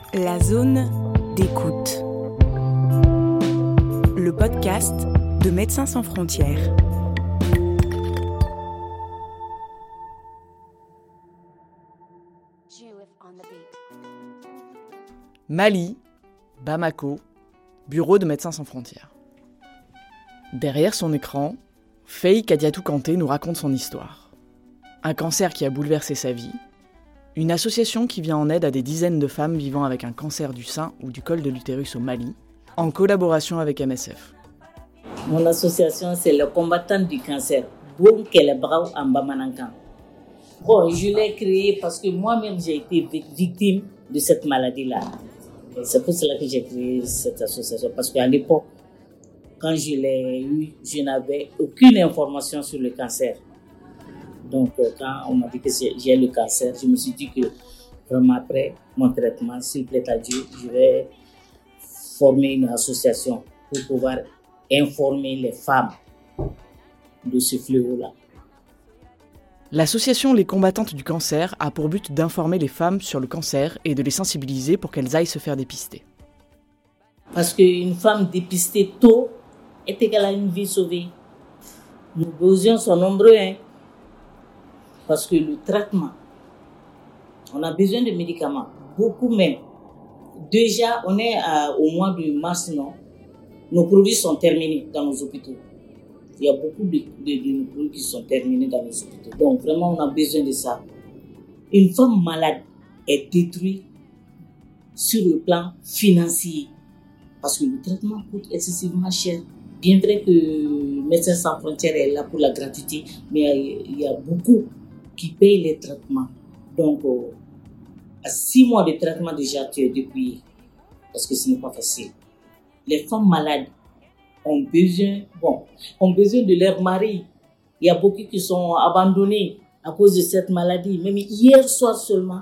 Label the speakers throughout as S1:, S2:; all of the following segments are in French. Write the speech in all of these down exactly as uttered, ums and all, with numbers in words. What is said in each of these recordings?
S1: La zone d'écoute. Le podcast de Médecins sans frontières.
S2: Mali, Bamako, bureau de Médecins sans frontières. Derrière son écran, Faye Kadiatou Kanté nous raconte son histoire. Un cancer qui a bouleversé sa vie, une association qui vient en aide à des dizaines de femmes vivant avec un cancer du sein ou du col de l'utérus au Mali, en collaboration avec M S F.
S3: Mon association, c'est le combattant du cancer, Boum Kelebrau en Bamanankan. Bon, je l'ai créé parce que moi-même, j'ai été victime de cette maladie-là. C'est pour cela que j'ai créé cette association, parce qu'à l'époque, quand je l'ai eu, je n'avais aucune information sur le cancer. Donc, quand on m'a dit que j'ai le cancer, je me suis dit que vraiment après mon traitement, s'il plaît à Dieu, je vais former une association pour pouvoir informer les femmes de ce fléau-là.
S2: L'association Les Combattantes du Cancer a pour but d'informer les femmes sur le cancer et de les sensibiliser pour qu'elles aillent se faire dépister.
S3: Parce qu'une femme dépistée tôt est égale à une vie sauvée. Nos besoins sont nombreux, hein. Parce que le traitement, on a besoin de médicaments, beaucoup même. Déjà, on est à, au mois de mars, non? Nos produits sont terminés dans nos hôpitaux. Il y a beaucoup de, de, de nos produits qui sont terminés dans nos hôpitaux. Donc vraiment, on a besoin de ça. Une femme malade est détruite sur le plan financier. Parce que le traitement coûte excessivement cher. Bien vrai que Médecins sans frontières est là pour la gratuité, mais il y a beaucoup qui payent les traitements. Donc, euh, à six mois de traitement déjà, tu es dépouillé. Parce que ce n'est pas facile. Les femmes malades ont besoin, bon, ont besoin de leur mari. Il y a beaucoup qui sont abandonnés à cause de cette maladie. Même hier soir seulement,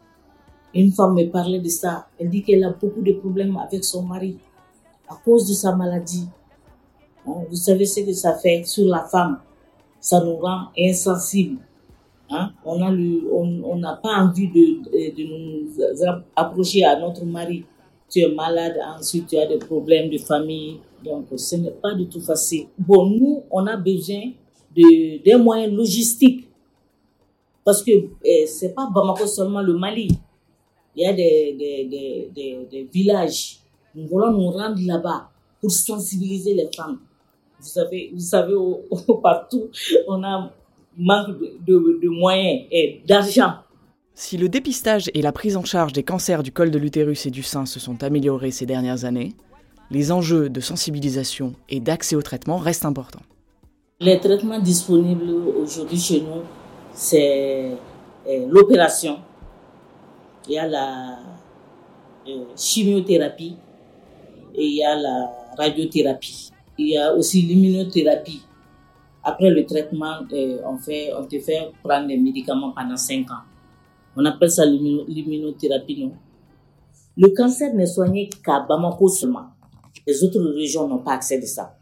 S3: une femme me parlait de ça. Elle dit qu'elle a beaucoup de problèmes avec son mari à cause de sa maladie. Vous savez ce que ça fait sur la femme. Ça nous rend insensibles. Hein? On a le, on, on n'a pas envie de, de, de nous approcher à notre mari. Tu es malade, ensuite tu as des problèmes de famille. Donc, ce n'est pas du tout facile. Bon, nous, on a besoin de, des moyens logistiques. Parce que eh, c'est pas Bamako seulement, le Mali. Il y a des, des, des, des, des villages. Nous voulons nous rendre là-bas pour sensibiliser les femmes. Vous savez, vous savez, au, au, partout, on a manque de, de, de moyens et d'argent.
S2: Si le dépistage et la prise en charge des cancers du col de l'utérus et du sein se sont améliorés ces dernières années, les enjeux de sensibilisation et d'accès au traitement restent importants.
S3: Les traitements disponibles aujourd'hui chez nous, c'est euh, l'opération, il y a la euh, chimiothérapie et il y a la radiothérapie. Il y a aussi l'immunothérapie. Après le traitement, euh, on, fait, on te fait prendre des médicaments pendant cinq ans. On appelle ça l'immunothérapie, non? Le cancer n'est soigné qu'à Bamako seulement. Les autres régions n'ont pas accès à ça.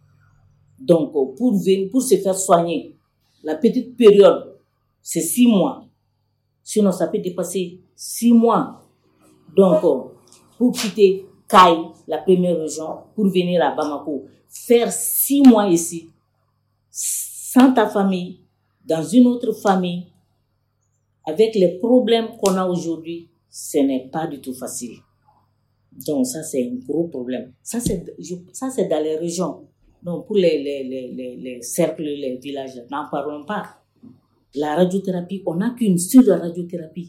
S3: Donc, pour, venir, pour se faire soigner, la petite période, c'est six mois. Sinon, ça peut dépasser six mois. Donc, pour quitter Kaï, la première région, pour venir à Bamako, faire six mois ici, sans ta famille, dans une autre famille, avec les problèmes qu'on a aujourd'hui, ce n'est pas du tout facile. Donc ça, c'est un gros problème. Ça, c'est, je, ça, c'est dans les régions. Donc pour les, les, les, les, les cercles, les villages, n'en parlons pas. La radiothérapie, on n'a qu'une seule radiothérapie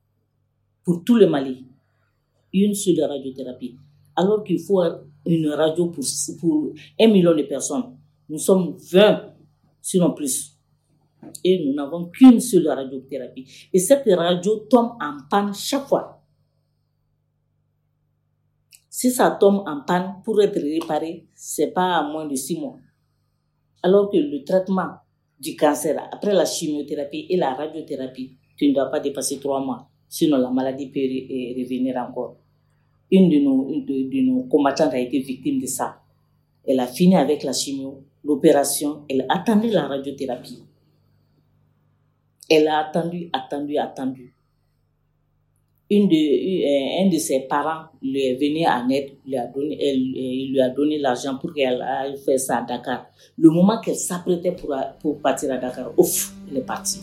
S3: pour tout le Mali. Une seule radiothérapie. Alors qu'il faut une radio pour, pour un million de personnes. Nous sommes vingt, sinon plus. Et nous n'avons qu'une seule radiothérapie. Et cette radio tombe en panne chaque fois. Si ça tombe en panne, pour être réparé, c'est pas à moins de six mois. Alors que le traitement du cancer, après la chimiothérapie et la radiothérapie, tu ne dois pas dépasser trois mois. Sinon, la maladie peut revenir encore. Une de nos, une de, de nos combattantes a été victime de ça. Elle a fini avec la chimio, l'opération, elle attendait la radiothérapie. Elle a attendu, attendu, attendu. une de, un de ses parents lui est venu en aide, lui a donné, elle, il lui a donné l'argent pour qu'elle aille faire ça à Dakar. Le moment qu'elle s'apprêtait pour, pour partir à Dakar, ouf, elle est partie.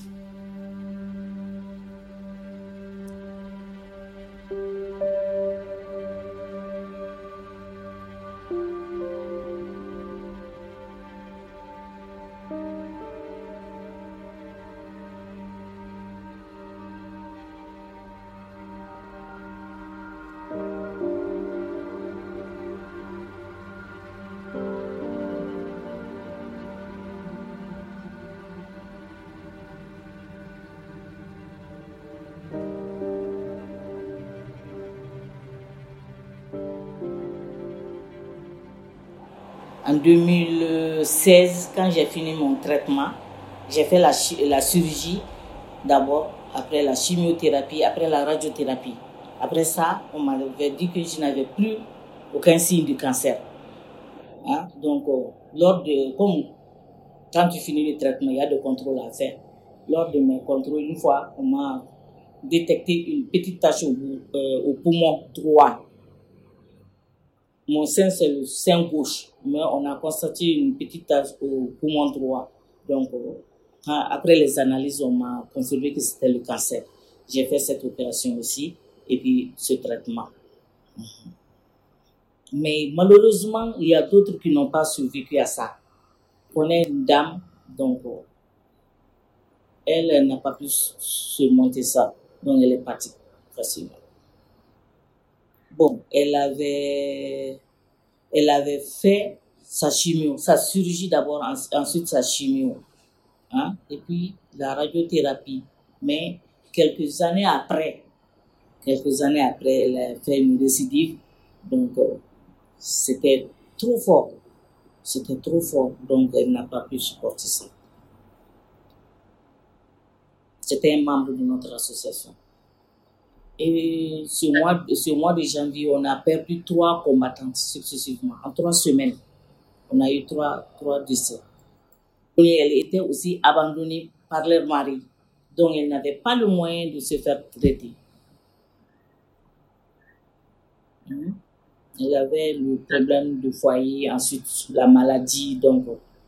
S3: En deux mille seize, quand j'ai fini mon traitement, j'ai fait la, la chirurgie d'abord, après la chimiothérapie, après la radiothérapie. Après ça, on m'avait dit que je n'avais plus aucun signe de cancer. Hein? Donc, euh, lors de, comme quand tu finis le traitement, il y a des contrôles à faire. Lors de mes contrôles, une fois, on m'a détecté une petite tache au, euh, au poumon droit. Mon sein, c'est le sein gauche, mais on a constaté une petite tache au poumon droit. Donc, euh, après les analyses, on m'a confirmé que c'était le cancer. J'ai fait cette opération aussi, et puis ce traitement. Mais malheureusement, il y a d'autres qui n'ont pas survécu à ça. On est une dame, donc euh, elle, elle n'a pas pu surmonter ça, donc elle est partie facilement. Bon, elle avait, elle avait fait sa chimio, sa chirurgie d'abord, ensuite sa chimio, hein, et puis la radiothérapie. Mais quelques années après, quelques années après, elle a fait une récidive, donc euh, c'était trop fort, c'était trop fort, donc elle n'a pas pu supporter ça. C'était un membre de notre association. Et ce mois, ce mois de janvier, on a perdu trois combattantes successivement. En trois semaines, on a eu trois, trois décès. Et elle était aussi abandonnée par leur mari. Donc, elle n'avait pas le moyen de se faire traiter. Elle avait le problème de foyer, ensuite la maladie. Donc.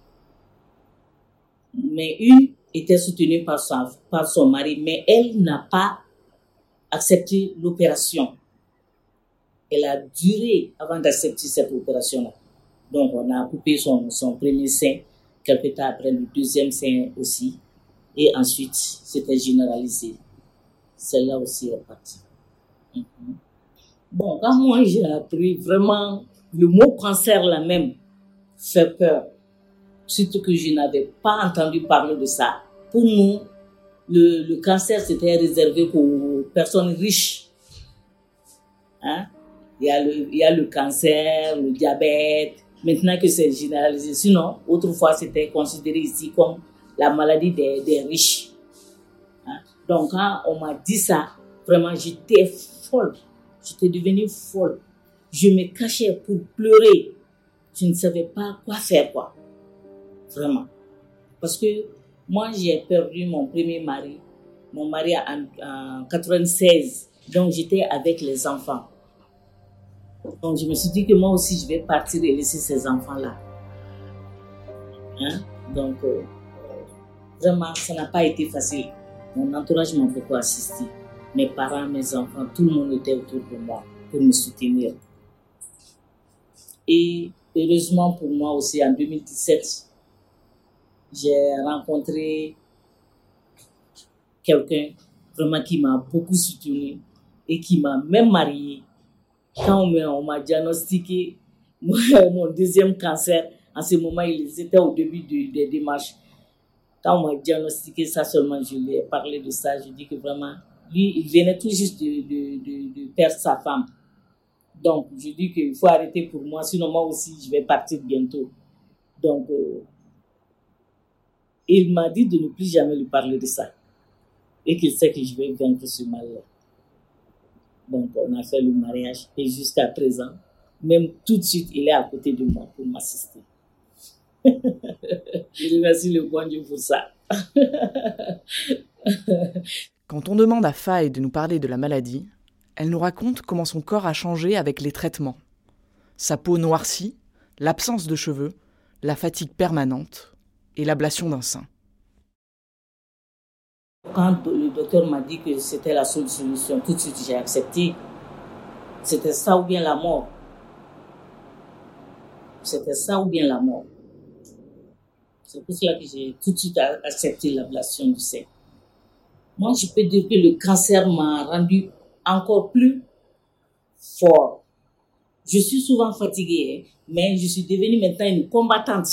S3: Mais une était soutenue par son, par son mari, mais elle n'a pas accepté l'opération. Elle a duré avant d'accepter cette opération-là. Donc, on a coupé son, son premier sein, quelques temps après le deuxième sein aussi. Et ensuite, c'était généralisé. Celle-là aussi est partie. Mm-hmm. Bon, quand moi j'ai appris, vraiment, le mot cancer là même fait peur. Surtout que je n'avais pas entendu parler de ça. Pour nous, le, le cancer, c'était réservé aux personnes riches. Hein? Il y a le, il y a le cancer, le diabète. Maintenant que c'est généralisé. Sinon, autrefois, c'était considéré ici comme la maladie des, des riches. Hein? Donc, quand on m'a dit ça, vraiment, j'étais folle. J'étais devenue folle. Je me cachais pour pleurer. Je ne savais pas quoi faire, quoi. Vraiment. Parce que moi, j'ai perdu mon premier mari. Mon mari en, en quatre-vingt-seize. Donc, j'étais avec les enfants. Donc, je me suis dit que moi aussi, je vais partir et laisser ces enfants-là. Hein? Donc, euh, vraiment, ça n'a pas été facile. Mon entourage m'a beaucoup assisté. Mes parents, mes enfants, tout le monde était autour de moi pour me soutenir. Et heureusement pour moi aussi, en deux mille dix-sept, j'ai rencontré quelqu'un vraiment qui m'a beaucoup soutenu et qui m'a même mariée. Quand on m'a diagnostiqué mon deuxième cancer, en ce moment, ils étaient au début de, des démarches. Quand on m'a diagnostiqué ça seulement, je lui ai parlé de ça. Je dis que vraiment, lui, il venait tout juste de, de, de, de perdre sa femme. Donc, je dis qu'il faut arrêter pour moi, sinon moi aussi, je vais partir bientôt. Donc, euh, il m'a dit de ne plus jamais lui parler de ça. Et qu'il sait que je vais vaincre ce mal-là. Donc, on a fait le mariage. Et jusqu'à présent, même tout de suite, il est à côté de moi pour m'assister. Je remercie le bon Dieu pour ça.
S2: Quand on demande à Faye de nous parler de la maladie, Elle nous raconte comment son corps a changé avec les traitements. Sa peau noircie, l'absence de cheveux, la fatigue permanente et l'ablation d'un sein.
S3: Quand le docteur m'a dit que c'était la seule solution, tout de suite j'ai accepté. C'était ça ou bien la mort. C'était ça ou bien la mort. C'est pour cela que j'ai tout de suite accepté l'ablation du sein. Moi, je peux dire que le cancer m'a rendu encore plus fort. Je suis souvent fatiguée, mais je suis devenue maintenant une combattante.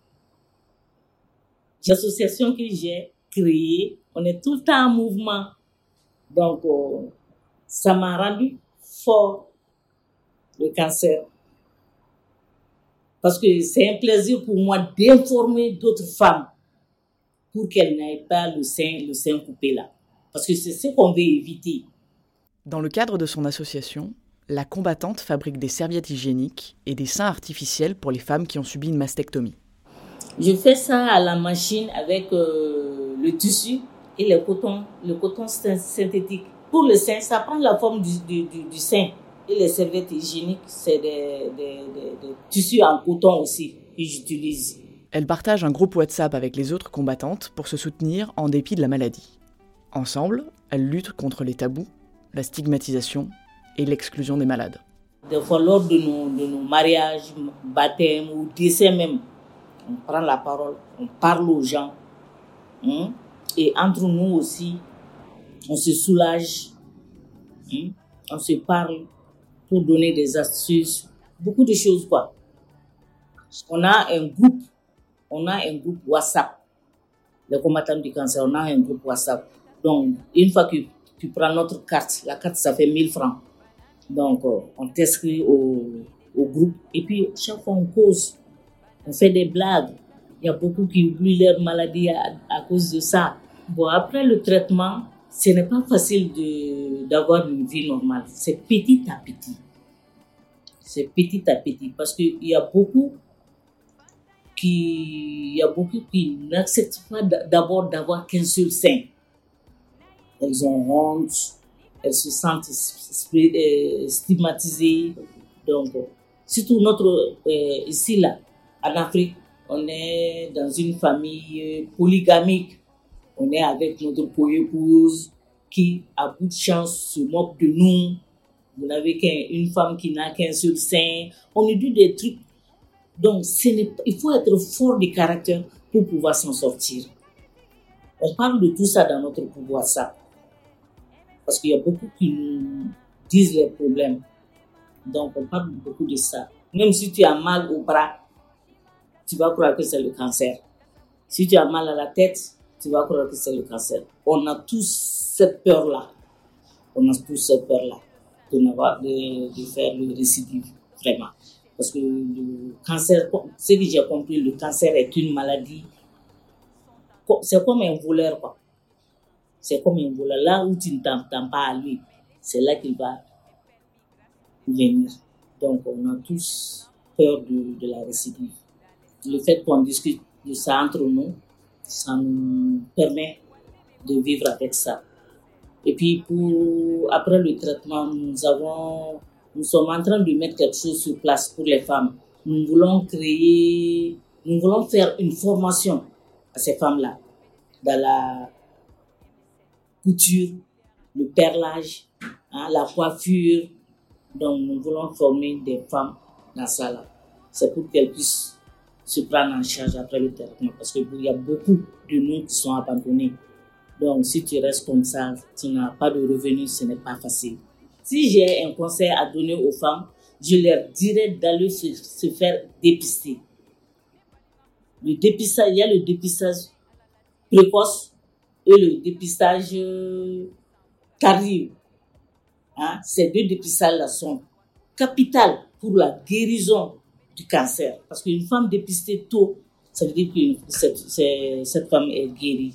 S3: L'association que j'ai créée, on est tout le temps en mouvement. Donc, euh, ça m'a rendu fort, le cancer. Parce que c'est un plaisir pour moi d'informer d'autres femmes pour qu'elles n'aient pas le sein, le sein coupé là. Parce que c'est ce qu'on veut éviter.
S2: Dans le cadre de son association, la combattante fabrique des serviettes hygiéniques et des seins artificiels pour les femmes qui ont subi une mastectomie.
S3: Je fais ça à la machine avec euh, le tissu et le coton, le coton synthétique. Pour le sein, ça prend la forme du, du, du, du sein. Et les serviettes hygiéniques, c'est des, des, des, des tissus en coton aussi que j'utilise.
S2: Elle partage un groupe WhatsApp avec les autres combattantes pour se soutenir en dépit de la maladie. Ensemble, elles luttent contre les tabous, la stigmatisation et l'exclusion des malades.
S3: Des fois, lors de nos, de nos mariages, baptêmes ou décès même, on prend la parole, on parle aux gens. Hein? Et entre nous aussi, on se soulage, hein? On se parle pour donner des astuces, beaucoup de choses quoi. On a un groupe, on a un groupe WhatsApp, les combattants du cancer, on a un groupe WhatsApp. Donc, une fois que tu prends notre carte, la carte ça fait mille francs. Donc, on t'inscrit au, au groupe et puis chaque fois on cause, on fait des blagues. Il y a beaucoup qui oublient leur maladie à, à cause de ça. Bon, après le traitement, ce n'est pas facile de, d'avoir une vie normale. C'est petit à petit. C'est petit à petit. Parce qu'il y a beaucoup qui, il y a beaucoup qui n'acceptent pas d'abord d'avoir qu'un seul sein. Elles ont honte, elles se sentent stigmatisées. Donc, surtout notre, euh, ici, là, en Afrique, on est dans une famille polygamique. On est avec notre épouse qui, à bout de chance, se moque de nous. Vous n'avez qu'une femme qui n'a qu'un seul sein. On nous dit des trucs. Donc, ce n'est, il faut être fort de caractère pour pouvoir s'en sortir. On parle de tout ça dans notre groupe WhatsApp. Parce qu'il y a beaucoup qui nous disent les problèmes. Donc, on parle beaucoup de ça. Même si tu as mal au bras, tu vas croire que c'est le cancer. Si tu as mal à la tête, tu vas croire que c'est le cancer. On a tous cette peur-là. On a tous cette peur-là de, de, de faire le récidive, vraiment. Parce que le cancer, ce que j'ai compris, le cancer est une maladie. C'est comme un voleur, quoi. C'est comme un voleur. Là où tu ne t'entends pas à lui, c'est là qu'il va venir. Donc, on a tous peur de, de la récidive. Le fait qu'on discute de ça entre nous, ça nous permet de vivre avec ça. Et puis, pour, après le traitement, nous avons, nous sommes en train de mettre quelque chose sur place pour les femmes. Nous voulons créer, nous voulons faire une formation à ces femmes-là, dans la couture, le perlage, hein, la coiffure. Donc, nous voulons former des femmes dans ça là. C'est pour qu'elles puissent se prendre en charge après le traitement. Parce qu'il y a beaucoup de nous qui sont abandonnés. Donc, si tu restes comme ça, tu n'as pas de revenus, ce n'est pas facile. Si j'ai un conseil à donner aux femmes, je leur dirais d'aller se, se faire dépister. Le dépistage, il y a le dépistage précoce et le dépistage tardif. Hein? Ces deux dépistages-là sont capitaux pour la guérison du cancer. Parce qu'une femme dépistée tôt, ça veut dire que cette, cette femme est guérie.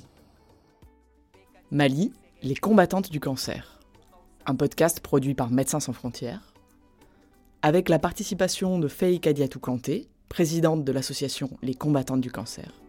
S2: Mali, les combattantes du cancer. Un podcast produit par Médecins sans frontières, avec la participation de Faye Kadiatou Kanté, présidente de l'association Les combattantes du cancer.